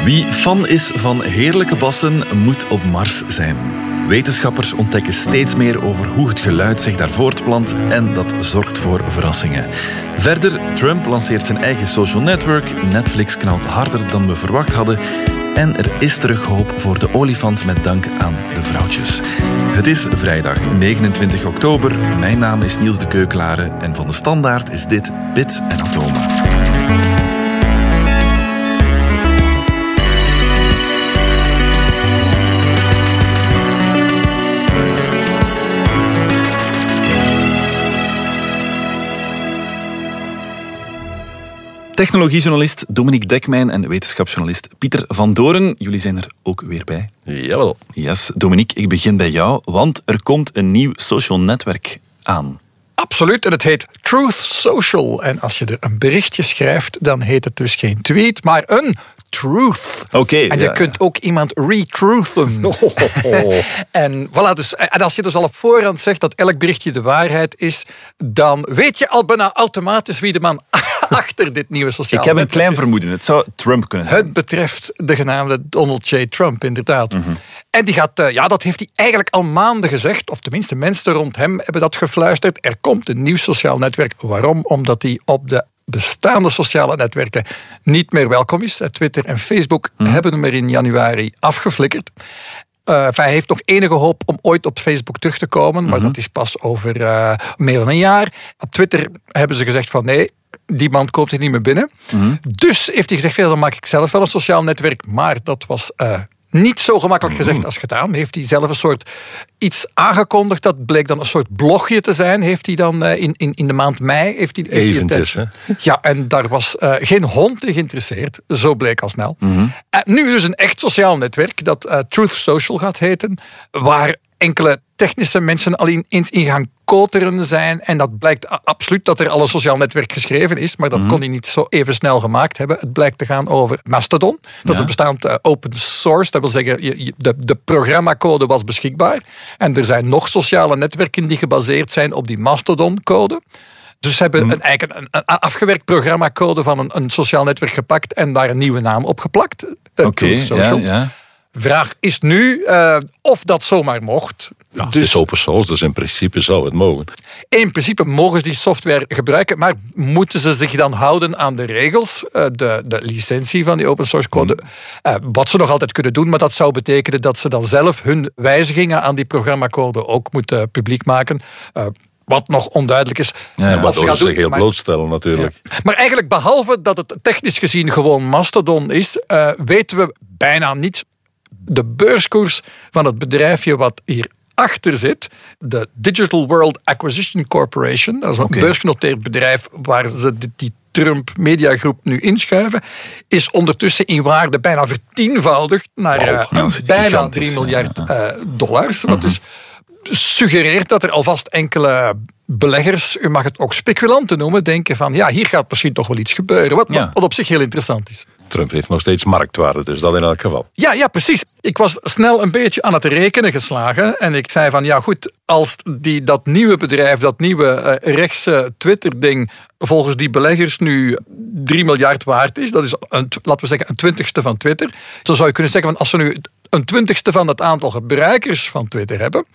Wie fan is van heerlijke bassen, moet op Mars zijn. Wetenschappers ontdekken steeds meer over hoe het geluid zich daar voortplant en dat zorgt voor verrassingen. Verder, Trump lanceert zijn eigen social network, Netflix knalt harder dan we verwacht hadden en er is terug hoop voor de olifant met dank aan de vrouwtjes. Het is vrijdag 29 oktober, mijn naam is Niels de Keukelare en van de Standaard is dit Bits en Atomen. Technologiejournalist Dominique Dekmijn en wetenschapsjournalist Pieter van Doren. Jullie zijn er ook weer bij. Jawel. Yes, Dominique, ik begin bij jou, want er komt een nieuw social netwerk aan. Absoluut, en het heet Truth Social. En als je er een berichtje schrijft, dan heet het dus geen tweet, maar een truth. Oké. En je kunt ook iemand retruthen. En voilà, en als je dus al op voorhand zegt dat elk berichtje de waarheid is, dan weet je al bijna automatisch wie de man achter dit nieuwe sociaal netwerk is. Ik heb een klein is. vermoeden, het zou Trump kunnen zijn. Het betreft de genaamde Donald J. Trump, inderdaad. Mm-hmm. En die gaat, dat heeft hij eigenlijk al maanden gezegd, of tenminste mensen rond hem hebben dat gefluisterd. Er komt een nieuw sociaal netwerk. Waarom? Omdat hij op de bestaande sociale netwerken niet meer welkom is. Twitter en Facebook hebben hem er in januari afgeflikkerd. Hij heeft nog enige hoop om ooit op Facebook terug te komen, maar dat is pas over meer dan een jaar. Op Twitter hebben ze gezegd van nee, die man komt hier niet meer binnen. Dus heeft hij gezegd, dan maak ik zelf wel een sociaal netwerk, maar dat was niet zo gemakkelijk gezegd als gedaan. Heeft hij zelf een soort iets aangekondigd. Dat bleek dan een soort blogje te zijn. Heeft hij dan in de maand mei... Eventjes, hè? Ja, en daar was geen hond in geïnteresseerd. Zo bleek al snel. Nu dus een echt sociaal netwerk dat Truth Social gaat heten. Waar enkele technische mensen al eens in gaan koteren zijn. En dat blijkt absoluut dat er al een sociaal netwerk geschreven is. Maar dat kon hij niet zo even snel gemaakt hebben. Het blijkt te gaan over Mastodon. Dat is een bestaand open source. Dat wil zeggen, de programmacode was beschikbaar. En er zijn nog sociale netwerken die gebaseerd zijn op die Mastodon-code. Dus ze hebben een afgewerkt programmacode van een sociaal netwerk gepakt en daar een nieuwe naam op geplakt. Oké, ja. Vraag is nu of dat zomaar mocht. Ja, het is open source, dus in principe zou het mogen. In principe mogen ze die software gebruiken, maar moeten ze zich dan houden aan de regels, de licentie van die open source code. Wat ze nog altijd kunnen doen, maar dat zou betekenen dat ze dan zelf hun wijzigingen aan die programmacode ook moeten publiek maken. Wat nog onduidelijk is. Ja, maar door zich heel blootstellen natuurlijk. Ja. Maar eigenlijk, behalve dat het technisch gezien gewoon Mastodon is, weten we bijna niets. De beurskoers van het bedrijfje wat hier achter zit, de Digital World Acquisition Corporation, dat is een beursgenoteerd bedrijf waar ze die Trump Mediagroep nu inschuiven, is ondertussen in waarde bijna vertienvoudigd naar bijna $3 miljard. Wat dus suggereert dat er alvast enkele beleggers, u mag het ook speculanten noemen, denken van hier gaat misschien toch wel iets gebeuren. Wat op zich heel interessant is. Trump heeft nog steeds marktwaarde, dus dat in elk geval. Ja, precies. Ik was snel een beetje aan het rekenen geslagen en ik zei van goed, als dat nieuwe bedrijf, dat nieuwe rechtse Twitter-ding volgens die beleggers nu $3 miljard waard is, dat is laten we zeggen een 20ste van Twitter, dan zou je kunnen zeggen van als ze nu een 20ste van het aantal gebruikers van Twitter hebben,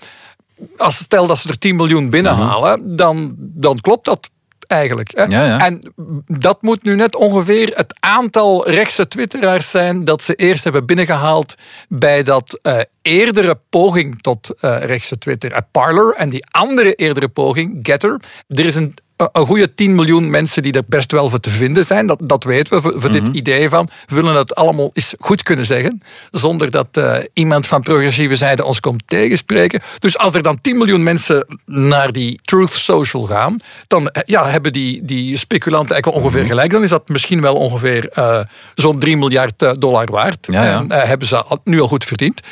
stel dat ze er 10 miljoen binnenhalen, dan klopt dat eigenlijk. Hè? Ja. En dat moet nu net ongeveer het aantal rechtse twitteraars zijn dat ze eerst hebben binnengehaald bij dat eerdere poging tot rechtse Twitter, Parler, en die andere eerdere poging, Getter. Er is een goede 10 miljoen mensen die er best wel voor te vinden zijn. Dat weten we, voor dit idee van we willen het allemaal eens goed kunnen zeggen, zonder dat iemand van progressieve zijde ons komt tegenspreken. Dus als er dan 10 miljoen mensen naar die Truth Social gaan, dan hebben die speculanten eigenlijk wel ongeveer gelijk. Dan is dat misschien wel ongeveer zo'n $3 miljard waard. Ja. En hebben ze nu al goed verdiend.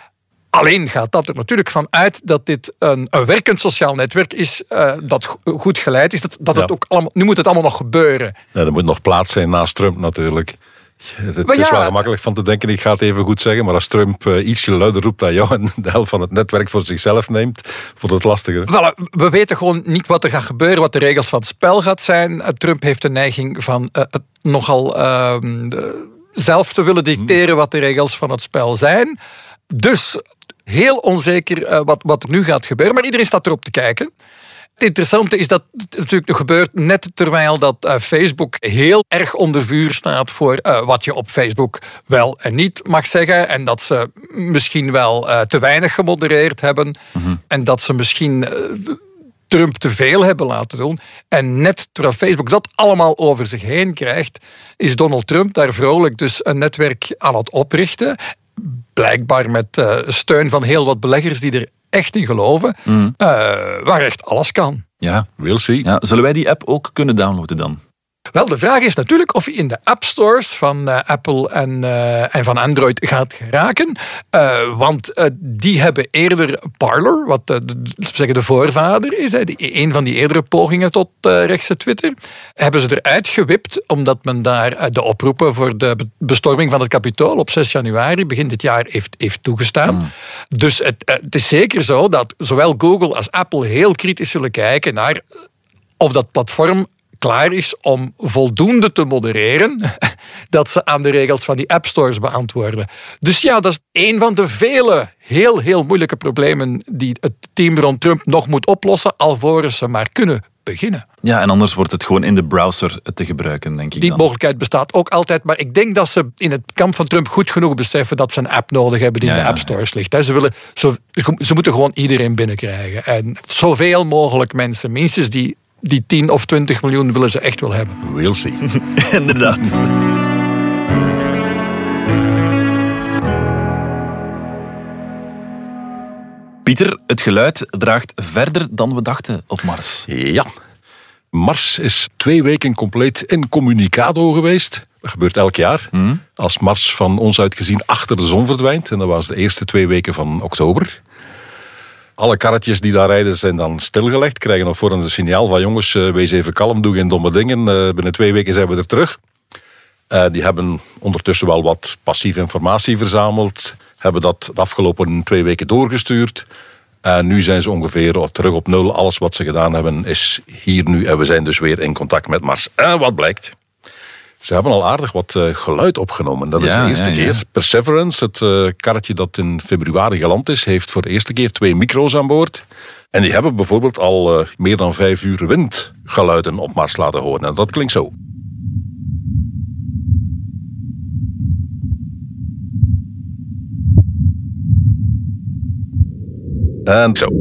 Alleen gaat dat er natuurlijk van uit dat dit een werkend sociaal netwerk is dat goed geleid is. Dat het ook allemaal, nu moet het allemaal nog gebeuren. Ja, er moet nog plaats zijn naast Trump natuurlijk. Het is wel gemakkelijk van te denken, ik ga het even goed zeggen, maar als Trump ietsje luider roept dan jou en de helft van het netwerk voor zichzelf neemt, wordt het lastiger. Voilà, we weten gewoon niet wat er gaat gebeuren, wat de regels van het spel gaat zijn. Trump heeft de neiging van het nogal zelf te willen dicteren wat de regels van het spel zijn. Dus heel onzeker wat er nu gaat gebeuren. Maar iedereen staat erop te kijken. Het interessante is dat het natuurlijk nog gebeurt net terwijl dat Facebook heel erg onder vuur staat voor wat je op Facebook wel en niet mag zeggen. En dat ze misschien wel te weinig gemodereerd hebben. En dat ze misschien Trump te veel hebben laten doen. En net terwijl Facebook dat allemaal over zich heen krijgt, is Donald Trump daar vrolijk dus een netwerk aan het oprichten. Blijkbaar met steun van heel wat beleggers die er echt in geloven, waar echt alles kan. Ja, we'll see. Ja, zullen wij die app ook kunnen downloaden dan? Wel, de vraag is natuurlijk of je in de app stores van Apple en van Android gaat geraken. Want die hebben eerder Parler, wat de voorvader is, een van die eerdere pogingen tot rechtse Twitter, hebben ze eruit gewipt, omdat men daar de oproepen voor de bestorming van het Capitool op 6 januari begin dit jaar heeft toegestaan. Dus het is zeker zo dat zowel Google als Apple heel kritisch zullen kijken naar of dat platform klaar is om voldoende te modereren dat ze aan de regels van die appstores beantwoorden. Dus ja, dat is een van de vele heel moeilijke problemen die het team rond Trump nog moet oplossen, alvorens ze maar kunnen beginnen. Ja, en anders wordt het gewoon in de browser te gebruiken, denk ik. Die mogelijkheid bestaat ook altijd, maar ik denk dat ze in het kamp van Trump goed genoeg beseffen dat ze een app nodig hebben die in de appstores ligt. Ze moeten gewoon iedereen binnenkrijgen. En zoveel mogelijk mensen, minstens die 10 of 20 miljoen willen ze echt wel hebben. We'll see. Inderdaad. Pieter, het geluid draagt verder dan we dachten op Mars. Ja. Mars is 2 weken compleet incommunicado geweest. Dat gebeurt elk jaar. Als Mars van ons uit gezien achter de zon verdwijnt. En dat was de eerste 2 weken van oktober. Alle karretjes die daar rijden zijn dan stilgelegd. Krijgen nog voor een signaal van jongens, wees even kalm, doe geen domme dingen. Binnen 2 weken zijn we er terug. Die hebben ondertussen wel wat passieve informatie verzameld. Hebben dat de afgelopen 2 weken doorgestuurd. En nu zijn ze ongeveer terug op 0. Alles wat ze gedaan hebben is hier nu. En we zijn dus weer in contact met Mars. En wat blijkt? Ze hebben al aardig wat geluid opgenomen. Dat is de eerste keer. Perseverance, het karretje dat in februari geland is, heeft voor de eerste keer 2 micro's aan boord. En die hebben bijvoorbeeld al meer dan 5 uur windgeluiden op Mars laten horen. En dat klinkt zo. En zo.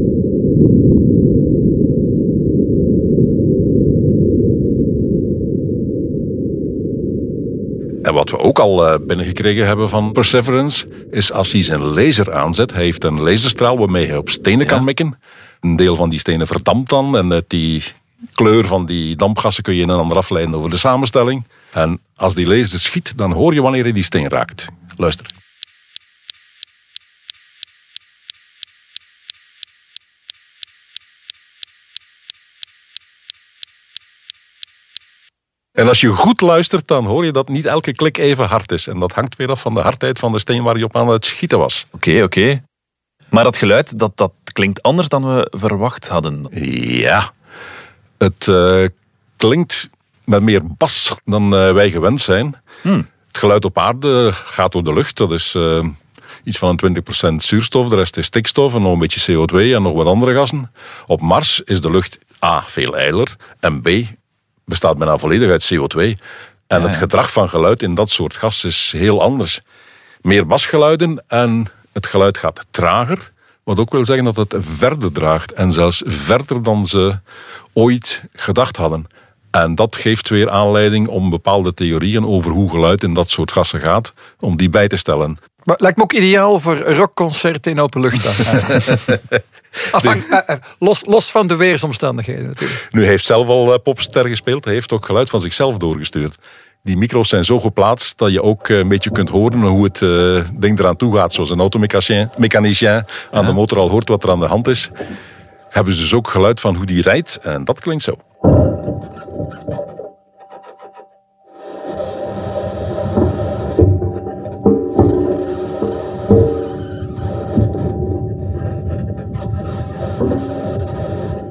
En wat we ook al binnengekregen hebben van Perseverance, is als hij zijn laser aanzet, hij heeft een laserstraal waarmee hij op stenen kan mikken. Een deel van die stenen verdampt dan en die kleur van die dampgassen kun je in en ander afleiden over de samenstelling. En als die laser schiet, dan hoor je wanneer hij die steen raakt. Luister. En als je goed luistert, dan hoor je dat niet elke klik even hard is. En dat hangt weer af van de hardheid van de steen waar je op aan het schieten was. Oké. Maar dat geluid, dat klinkt anders dan we verwacht hadden. Ja. Het klinkt met meer bas dan wij gewend zijn. Het geluid op aarde gaat door de lucht. Dat is iets van een 20% zuurstof. De rest is stikstof en nog een beetje CO2 en nog wat andere gassen. Op Mars is de lucht A, veel ijler. En B, bestaat bijna volledig uit CO2. En het gedrag van geluid in dat soort gas is heel anders. Meer basgeluiden en het geluid gaat trager. Wat ook wil zeggen dat het verder draagt. En zelfs verder dan ze ooit gedacht hadden. En dat geeft weer aanleiding om bepaalde theorieën over hoe geluid in dat soort gassen gaat, om die bij te stellen. Maar lijkt me ook ideaal voor rockconcerten in open lucht. Los van de weersomstandigheden natuurlijk. Nu, hij heeft zelf al popster gespeeld. Hij heeft ook geluid van zichzelf doorgestuurd. Die micro's zijn zo geplaatst dat je ook een beetje kunt horen hoe het ding eraan toe gaat. Zoals een automechanicien aan de motor al hoort wat er aan de hand is. Hebben ze dus ook geluid van hoe die rijdt. En dat klinkt zo.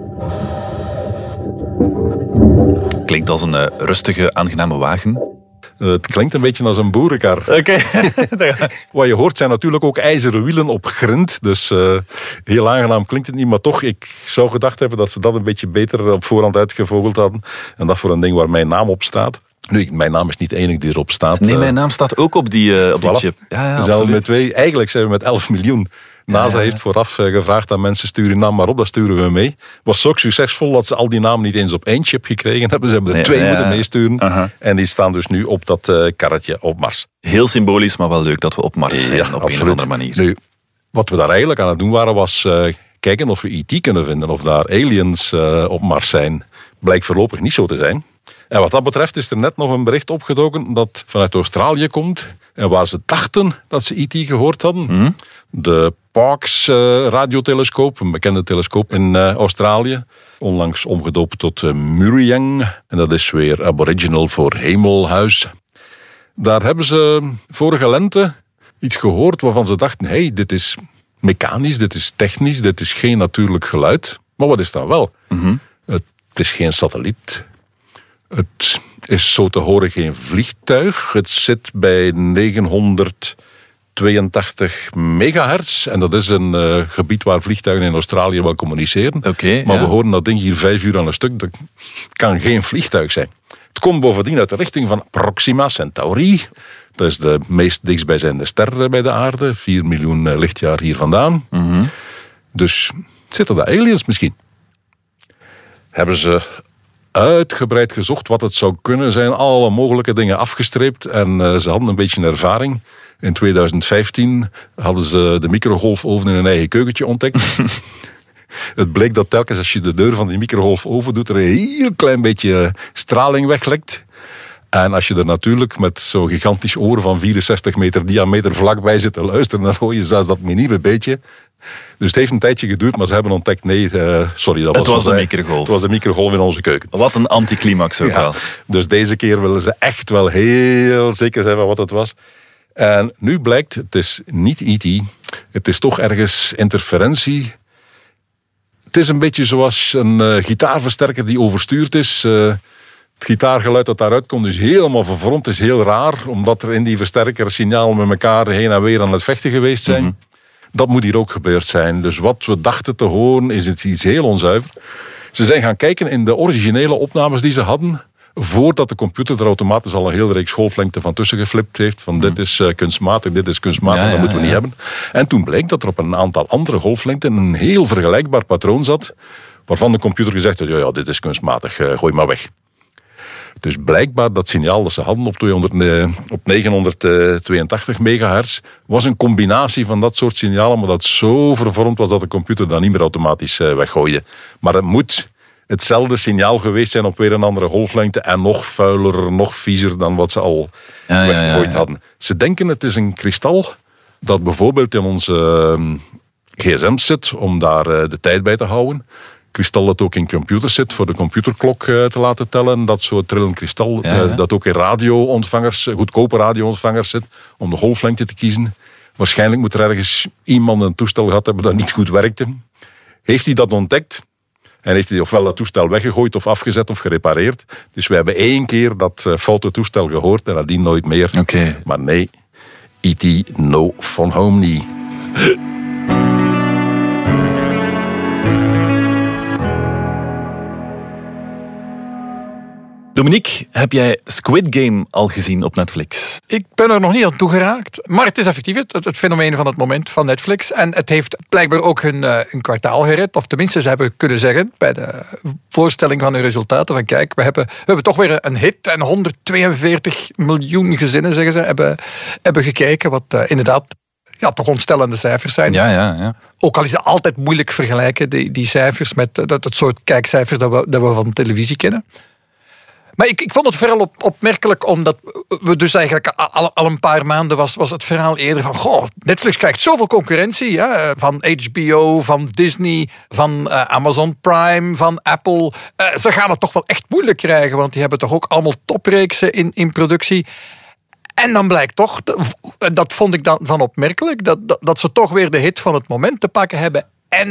Klinkt als een rustige, aangename wagen. Het klinkt een beetje als een boerenkar. Oké. Wat je hoort zijn natuurlijk ook ijzeren wielen op grind. Dus heel aangenaam klinkt het niet. Maar toch, ik zou gedacht hebben dat ze dat een beetje beter op voorhand uitgevogeld hadden. En dat voor een ding waar mijn naam op staat. Nu, mijn naam is niet de enige die erop staat. Nee, mijn naam staat ook op die chip. Ja, eigenlijk zijn we met 11 miljoen. NASA heeft vooraf gevraagd aan mensen, stuur je naam maar op, dat sturen we mee. Was zo succesvol dat ze al die namen niet eens op 1 chip gekregen hebben. Ze hebben er 2 moeten meesturen. En die staan dus nu op dat karretje op Mars. Heel symbolisch, maar wel leuk dat we op Mars zijn op een of andere manier. Nu, wat we daar eigenlijk aan het doen waren, was kijken of we E.T. kunnen vinden. Of daar aliens op Mars zijn. Blijkt voorlopig niet zo te zijn. En wat dat betreft is er net nog een bericht opgedoken dat vanuit Australië komt. En waar ze dachten dat ze E.T. gehoord hadden. De Parkes radiotelescoop, een bekende telescoop in Australië. Onlangs omgedoopt tot Murayang. En dat is weer aboriginal voor hemelhuis. Daar hebben ze vorige lente iets gehoord waarvan ze dachten, hey, dit is mechanisch, dit is technisch, dit is geen natuurlijk geluid. Maar wat is dat wel? Het is geen satelliet. Het is zo te horen geen vliegtuig. Het zit bij 982 megahertz. En dat is een gebied waar vliegtuigen in Australië wel communiceren. Maar we horen dat ding hier 5 uur aan een stuk. Dat kan geen vliegtuig zijn. Het komt bovendien uit de richting van Proxima Centauri. Dat is de meest dichtstbijzijnde ster bij de aarde. 4 miljoen lichtjaar hier vandaan. Dus zitten daar aliens misschien? Hebben ze uitgebreid gezocht wat het zou kunnen zijn. Alle mogelijke dingen afgestreept. En ze hadden een beetje ervaring. In 2015 hadden ze de microgolfoven in hun eigen keukentje ontdekt. Het bleek dat telkens als je de deur van die microgolfoven doet, er een heel klein beetje straling weglekt. En als je er natuurlijk met zo'n gigantisch oor van 64 meter diameter vlakbij zit te luisteren, dan hoor je zelfs dat minieme beetje. Dus het heeft een tijdje geduurd, maar ze hebben ontdekt, sorry, dat was de microgolf. Het was de microgolf in onze keuken. Wat een anticlimax ook wel. Dus deze keer willen ze echt wel heel zeker zijn van wat het was. En nu blijkt, het is niet E.T., het is toch ergens interferentie. Het is een beetje zoals een gitaarversterker die overstuurd is. Het gitaargeluid dat daaruit komt is helemaal vervormd, is heel raar, omdat er in die versterker signalen met elkaar heen en weer aan het vechten geweest zijn. Dat moet hier ook gebeurd zijn. Dus wat we dachten te horen is iets heel onzuiver. Ze zijn gaan kijken in de originele opnames die ze hadden, voordat de computer er automatisch al een hele reeks golflengte van tussen geflipt heeft. Van dit is kunstmatig, dat moeten we niet hebben. En toen bleek dat er op een aantal andere golflengten een heel vergelijkbaar patroon zat, waarvan de computer gezegd had, ja, dit is kunstmatig, gooi maar weg. Dus blijkbaar dat signaal dat ze hadden op 982 megahertz was een combinatie van dat soort signalen, maar dat zo vervormd was dat de computer dat niet meer automatisch weggooide. Maar het moet hetzelfde signaal geweest zijn op weer een andere golflengte en nog vuiler, nog viezer dan wat ze al weggegooid hadden. Ze denken het is een kristal dat bijvoorbeeld in onze gsm's zit om daar de tijd bij te houden. Kristal dat ook in computers zit voor de computerklok te laten tellen. Dat soort trillend kristal dat ook in radioontvangers, goedkope radioontvangers zit om de golflengte te kiezen. Waarschijnlijk moet er ergens iemand een toestel gehad hebben dat niet goed werkte. Heeft hij dat ontdekt? En heeft hij ofwel dat toestel weggegooid of afgezet of gerepareerd. Dus we hebben 1 keer dat foute toestel gehoord en nadien nooit meer. Maar nee, E.T. no van home niet. Dominique, heb jij Squid Game al gezien op Netflix? Ik ben er nog niet aan toegeraakt. Maar het is effectief het fenomeen van het moment van Netflix. En het heeft blijkbaar ook hun kwartaal gered. Of tenminste, ze hebben kunnen zeggen bij de voorstelling van hun resultaten van kijk, we hebben toch weer een hit en 142 miljoen gezinnen, zeggen ze, hebben gekeken. Wat inderdaad toch ontstellende cijfers zijn. Ja. Ook al is het altijd moeilijk vergelijken, die cijfers, met het soort kijkcijfers dat we van televisie kennen. Maar ik vond het vooral opmerkelijk, omdat we dus eigenlijk al een paar maanden was het verhaal eerder van Netflix krijgt zoveel concurrentie. Ja, van HBO, van Disney, van Amazon Prime, van Apple. Ze gaan het toch wel echt moeilijk krijgen, want die hebben toch ook allemaal topreeksen in productie. En dan blijkt toch, dat vond ik dan opmerkelijk, dat ze toch weer de hit van het moment te pakken hebben. En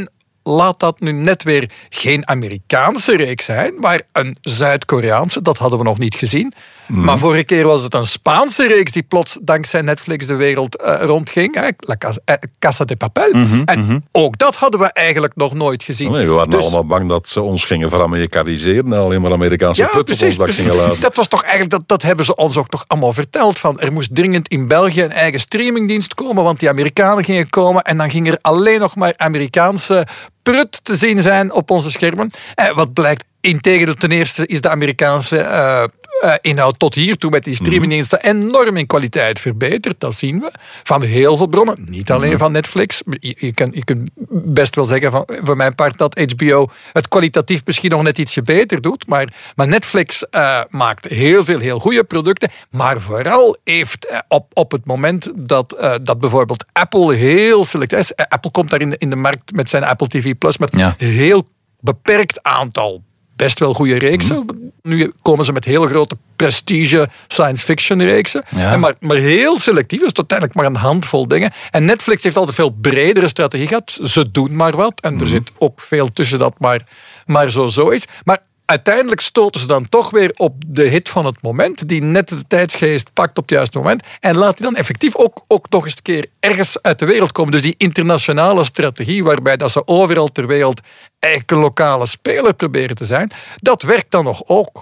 laat dat nu net weer geen Amerikaanse reeks zijn, maar een Zuid-Koreaanse. Dat hadden we nog niet gezien. Maar vorige keer was het een Spaanse reeks die plots dankzij Netflix de wereld rondging. La Casa de Papel. En ook dat hadden we eigenlijk nog nooit gezien. Nee, we waren allemaal bang dat ze ons gingen veramerikaniseren en alleen maar Amerikaanse prut op ons dak gingen laten. Dat was toch eigenlijk, dat hebben ze ons ook toch allemaal verteld. Van, er moest dringend in België een eigen streamingdienst komen, want die Amerikanen gingen komen en dan ging er alleen nog maar Amerikaanse prut te zien zijn op onze schermen. Wat blijkt, integendeel, ten eerste is de Amerikaanse inhoud tot hiertoe met die streamingdiensten enorm in kwaliteit verbeterd. Dat zien we. Van heel veel bronnen. Niet alleen van Netflix. Je kunt best wel zeggen voor mijn part dat HBO het kwalitatief misschien nog net ietsje beter doet. Maar Netflix maakt heel veel heel goede producten. Maar vooral heeft op het moment dat bijvoorbeeld Apple heel selectief is. Apple komt daar in de markt met zijn Apple TV Plus met een heel beperkt aantal best wel goede reeksen. Nu komen ze met hele grote prestige science fiction reeksen. Ja. Maar heel selectief, dus uiteindelijk maar een handvol dingen. En Netflix heeft altijd veel bredere strategie gehad. Ze doen maar wat. En er zit ook veel tussen dat maar zo is. Maar uiteindelijk stoten ze dan toch weer op de hit van het moment, die net de tijdsgeest pakt op het juiste moment, en laat die dan effectief ook nog eens een keer ergens uit de wereld komen. Dus die internationale strategie, waarbij dat ze overal ter wereld eigenlijk een lokale speler proberen te zijn, dat werkt dan nog ook.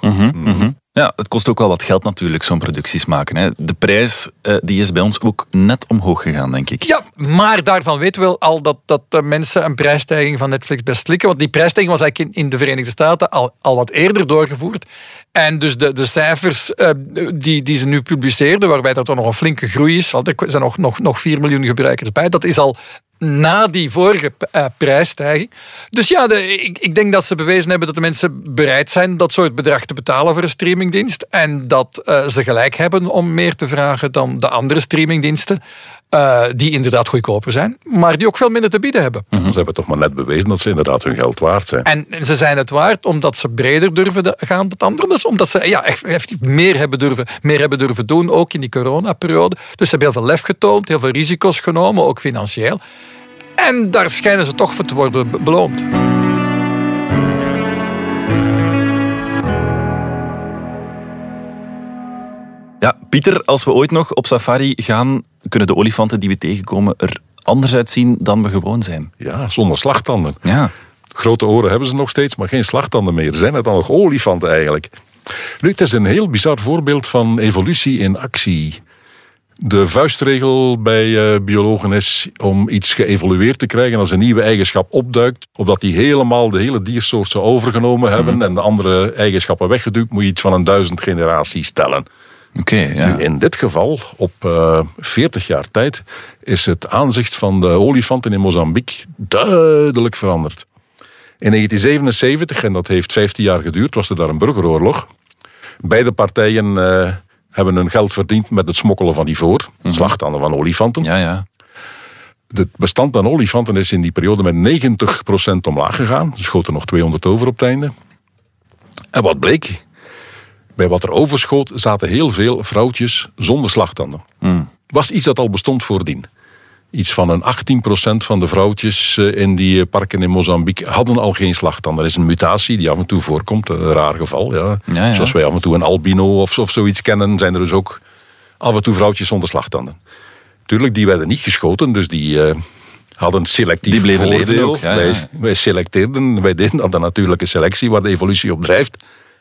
Ja, het kost ook wel wat geld natuurlijk, zo'n producties maken. Hè. De prijs die is bij ons ook net omhoog gegaan, denk ik. Ja, maar daarvan weten we al dat de mensen een prijsstijging van Netflix best slikken. Want die prijsstijging was eigenlijk in de Verenigde Staten al wat eerder doorgevoerd. En dus de cijfers die ze nu publiceerden, waarbij er toch nog een flinke groei is, want er zijn nog 4 miljoen gebruikers bij, dat is al na die vorige prijsstijging. Dus ja, ik denk dat ze bewezen hebben dat de mensen bereid zijn dat soort bedrag te betalen voor een streamingdienst. En dat ze gelijk hebben om meer te vragen dan de andere streamingdiensten. Die inderdaad goedkoper zijn, maar die ook veel minder te bieden hebben. Ze hebben toch maar net bewezen dat ze inderdaad hun geld waard zijn. En ze zijn het waard omdat ze breder durven gaan dan anderen. Dus omdat ze echt meer hebben durven doen, ook in die coronaperiode. Dus ze hebben heel veel lef getoond, heel veel risico's genomen, ook financieel. En daar schijnen ze toch voor te worden beloond. Ja, Pieter, als we ooit nog op safari gaan, kunnen de olifanten die we tegenkomen er anders uitzien dan we gewoon zijn. Ja, zonder slagtanden. Ja. Grote oren hebben ze nog steeds, maar geen slagtanden meer. Zijn het dan nog olifanten eigenlijk? Nu, het is een heel bizar voorbeeld van evolutie in actie. De vuistregel bij biologen is om iets geëvolueerd te krijgen als een nieuwe eigenschap opduikt, opdat die helemaal de hele diersoort zou overgenomen hebben en de andere eigenschappen weggeduwd, moet je iets van 1000 generaties tellen. Okay, ja. Nu, in dit geval, op 40 jaar tijd, is het aanzicht van de olifanten in Mozambique duidelijk veranderd. In 1977, en dat heeft 15 jaar geduurd, was er daar een burgeroorlog. Beide partijen hebben hun geld verdiend met het smokkelen van ivoor, slagtanden van olifanten. Ja, ja. Het bestand aan olifanten is in die periode met 90% omlaag gegaan. Er schoten nog 200 over op het einde. En wat bleek? Bij wat er overschoot zaten heel veel vrouwtjes zonder slagtanden. Was iets dat al bestond voordien. Iets van een 18% van de vrouwtjes in die parken in Mozambique hadden al geen slagtanden. Dat is een mutatie die af en toe voorkomt, een raar geval. Ja. Ja. Zoals wij af en toe een albino of zoiets kennen, zijn er dus ook af en toe vrouwtjes zonder slagtanden. Tuurlijk, die werden niet geschoten, dus die hadden selectief die bleven voordeel. Leven ook. Ja, wij selecteerden, wij deden dan de natuurlijke selectie waar de evolutie op drijft.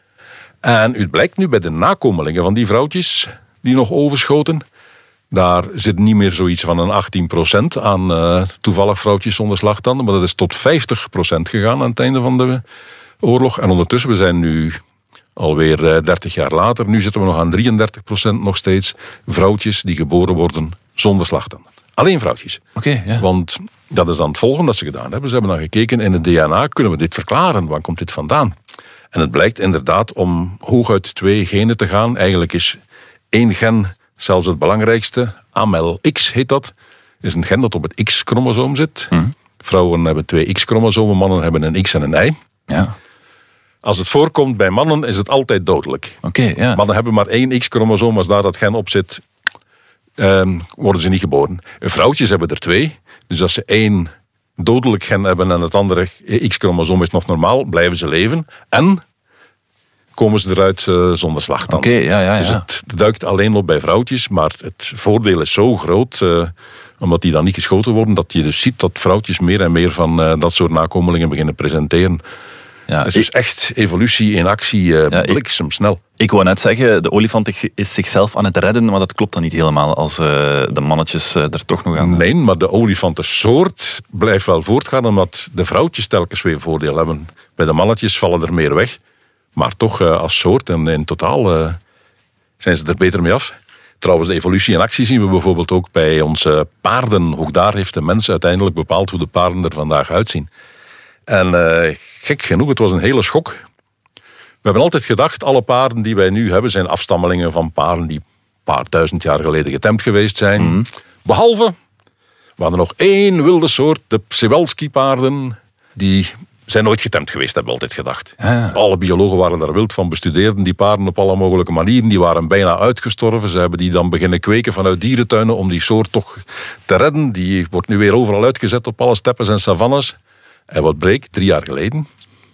En het blijkt nu bij de nakomelingen van die vrouwtjes die nog overschoten, daar zit niet meer zoiets van een 18% aan toevallig vrouwtjes zonder slagtanden, maar dat is tot 50% gegaan aan het einde van de oorlog. En ondertussen, we zijn nu alweer 30 jaar later, nu zitten we nog aan 33% nog steeds vrouwtjes die geboren worden zonder slagtanden. Alleen vrouwtjes. Okay, ja. Want dat is dan het volgende dat ze gedaan hebben. Ze hebben dan gekeken in het DNA, kunnen we dit verklaren? Waar komt dit vandaan? En het blijkt inderdaad om hooguit 2 genen te gaan. Eigenlijk is 1 gen zelfs het belangrijkste. AMLX heet dat. Is een gen dat op het X-chromosoom zit. Vrouwen hebben 2 X-chromosomen, mannen hebben een X en een Y. Ja. Als het voorkomt bij mannen is het altijd dodelijk. Okay, ja. Mannen hebben maar 1 X-chromosoom. Als daar dat gen op zit, worden ze niet geboren. Vrouwtjes hebben er 2. Dus als ze 1 dodelijk gen hebben en het andere X-chromosoom is nog normaal, blijven ze leven. En komen ze eruit zonder slagtand. Oké, ja. Dus het duikt alleen op bij vrouwtjes, maar het voordeel is zo groot, omdat die dan niet geschoten worden, dat je dus ziet dat vrouwtjes meer en meer van dat soort nakomelingen beginnen presenteren. Ja, het is dus echt evolutie in actie, bliksemsnel. Ik wou net zeggen, de olifant is zichzelf aan het redden, maar dat klopt dan niet helemaal als de mannetjes er toch nog aan... Nee, maar de olifantensoort blijft wel voortgaan, omdat de vrouwtjes telkens weer voordeel hebben. Bij de mannetjes vallen er meer weg, maar toch als soort en in totaal zijn ze er beter mee af. Trouwens, de evolutie in actie zien we bijvoorbeeld ook bij onze paarden. Ook daar heeft de mens uiteindelijk bepaald hoe de paarden er vandaag uitzien. En gek genoeg, het was een hele schok. We hebben altijd gedacht, alle paarden die wij nu hebben zijn afstammelingen van paarden die een paar duizend jaar geleden getemd geweest zijn. Mm-hmm. Behalve, we hadden nog één wilde soort, de Przewalski-paarden. Die zijn nooit getemd geweest, hebben we altijd gedacht. Ja. Alle biologen waren daar wild van, bestudeerden die paarden op alle mogelijke manieren. Die waren bijna uitgestorven. Ze hebben die dan beginnen kweken vanuit dierentuinen om die soort toch te redden. Die wordt nu weer overal uitgezet op alle steppes en savannes. En wat bleek, 3 jaar geleden?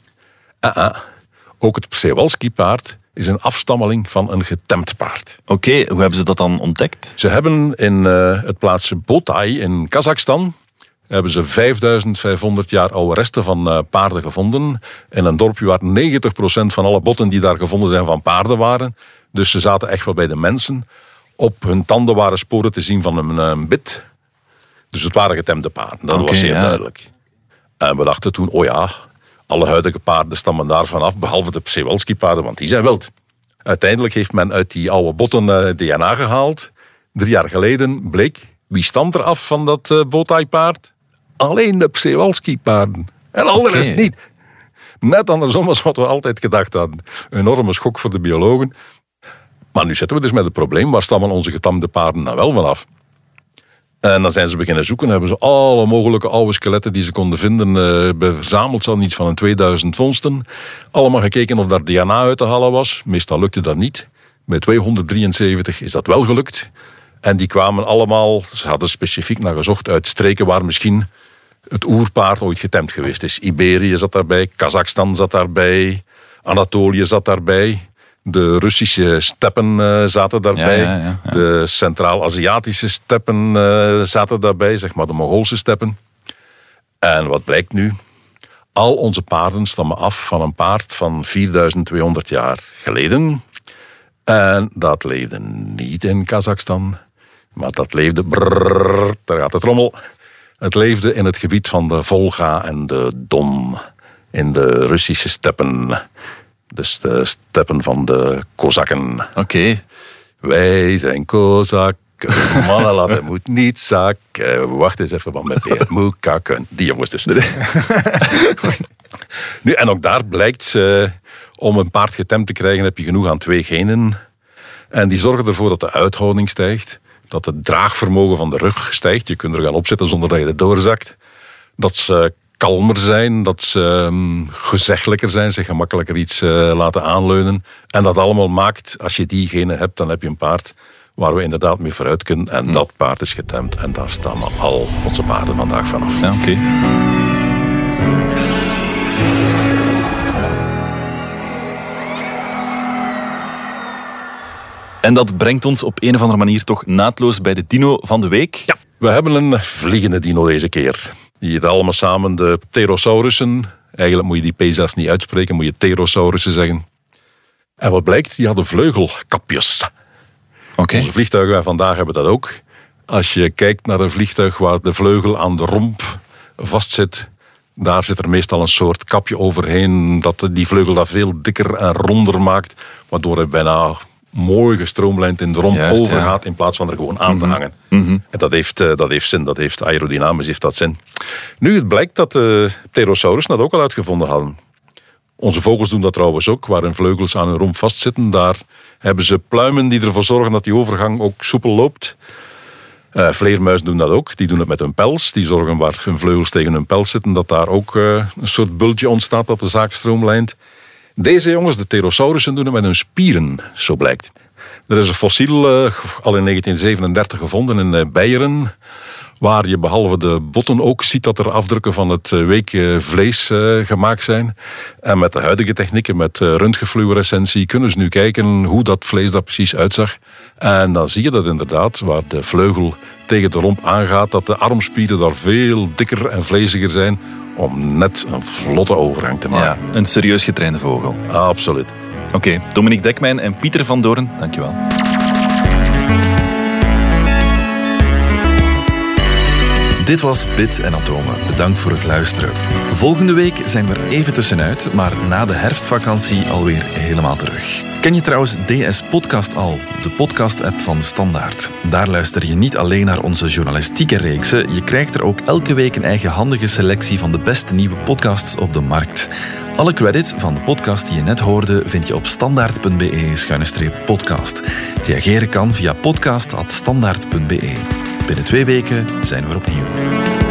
Ook het Przewalski-paard is een afstammeling van een getemd paard. Oké, hoe hebben ze dat dan ontdekt? Ze hebben in het plaatsje Botai in Kazachstan hebben ze 5500 jaar oude resten van paarden gevonden. In een dorpje waar 90% van alle botten die daar gevonden zijn van paarden waren. Dus ze zaten echt wel bij de mensen. Op hun tanden waren sporen te zien van een bit. Dus het waren getemde paarden, dat was zeer duidelijk. En we dachten toen, alle huidige paarden stammen daarvan af, behalve de Przewalski-paarden, want die zijn wild. Uiteindelijk heeft men uit die oude botten DNA gehaald. 3 jaar geleden bleek, wie stamt er af van dat Botai-paard? Alleen de Przewalski-paarden. En al de rest niet. Net andersom als wat we altijd gedacht hadden. Een enorme schok voor de biologen. Maar nu zitten we dus met het probleem, waar stammen onze getamde paarden nou wel vanaf? En dan zijn ze beginnen zoeken, hebben ze alle mogelijke oude skeletten die ze konden vinden verzameld, al iets van een 2000 vondsten. Allemaal gekeken of daar DNA uit te halen was. Meestal lukte dat niet. Bij 273 is dat wel gelukt. En die kwamen allemaal, ze hadden specifiek naar gezocht, uit streken waar misschien het oerpaard ooit getemd geweest is. Iberië zat daarbij, Kazachstan zat daarbij, Anatolië zat daarbij. De Russische steppen zaten daarbij. Ja. De Centraal-Aziatische steppen zaten daarbij, zeg maar de Mongoolse steppen. En wat blijkt nu? Al onze paarden stammen af van een paard van 4200 jaar geleden. En dat leefde niet in Kazachstan, maar dat leefde... daar gaat het rommel. Het leefde in het gebied van de Volga en de Don. In de Russische steppen. Dus de steppen van de Kozakken. Oké. Wij zijn Kozakken. Mannen laten moet niet zakken. Wacht eens even, want met Peer moet kakken. Die jongens dus. Nu, en ook daar blijkt, om een paard getemd te krijgen heb je genoeg aan 2 genen. En die zorgen ervoor dat de uithouding stijgt. Dat het draagvermogen van de rug stijgt. Je kunt er gaan opzetten zonder dat je er doorzakt. Dat ze kalmer zijn, dat ze gezeggelijker zijn, zich gemakkelijker iets laten aanleunen. En dat allemaal maakt, als je die genen hebt, dan heb je een paard waar we inderdaad mee vooruit kunnen. En dat paard is getemd. En daar staan al onze paarden vandaag vanaf. Ja, oké. En dat brengt ons op een of andere manier toch naadloos bij de dino van de week. Ja, we hebben een vliegende dino deze keer. Die heet allemaal samen de Pterosaurussen. Eigenlijk moet je die P's niet uitspreken, moet je Pterosaurussen zeggen. En wat blijkt, die hadden vleugelkapjes. Okay. Onze vliegtuigen vandaag hebben dat ook. Als je kijkt naar een vliegtuig waar de vleugel aan de romp vastzit, daar zit er meestal een soort kapje overheen dat die vleugel dat veel dikker en ronder maakt, waardoor het bijna mooi gestroomlijnd in de romp overgaat in plaats van er gewoon aan te hangen. Mm-hmm. En dat heeft zin, dat heeft aerodynamisch heeft dat zin. Nu, het blijkt dat de Pterosaurus dat ook al uitgevonden hadden. Onze vogels doen dat trouwens ook, waar hun vleugels aan hun romp vastzitten. Daar hebben ze pluimen die ervoor zorgen dat die overgang ook soepel loopt. Vleermuizen doen dat ook, die doen het met hun pels. Die zorgen waar hun vleugels tegen hun pels zitten, dat daar ook een soort bultje ontstaat dat de zaak stroomlijnt. Deze jongens, de Pterosaurussen, doen het met hun spieren, zo blijkt. Er is een fossiel al in 1937 gevonden in Beieren, waar je behalve de botten ook ziet dat er afdrukken van het weeke vlees gemaakt zijn. En met de huidige technieken, met röntgenfluorescentie, kunnen ze nu kijken hoe dat vlees daar precies uitzag. En dan zie je dat inderdaad, waar de vleugel tegen de romp aangaat, dat de armspieren daar veel dikker en vleesiger zijn om net een vlotte overgang te maken. Ja, een serieus getrainde vogel. Absoluut. Oké, Dominique Dekmijn en Pieter van Doorn, dankjewel. Dit was Bits en Atomen. Bedankt voor het luisteren. Volgende week zijn we er even tussenuit, maar na de herfstvakantie alweer helemaal terug. Ken je trouwens DS Podcast al, de podcast-app van De Standaard? Daar luister je niet alleen naar onze journalistieke reeksen, je krijgt er ook elke week een eigenhandige selectie van de beste nieuwe podcasts op de markt. Alle credits van de podcast die je net hoorde vind je op standaard.be/podcast. Reageren kan via podcast@standaard.be. Binnen 2 weken zijn we er opnieuw.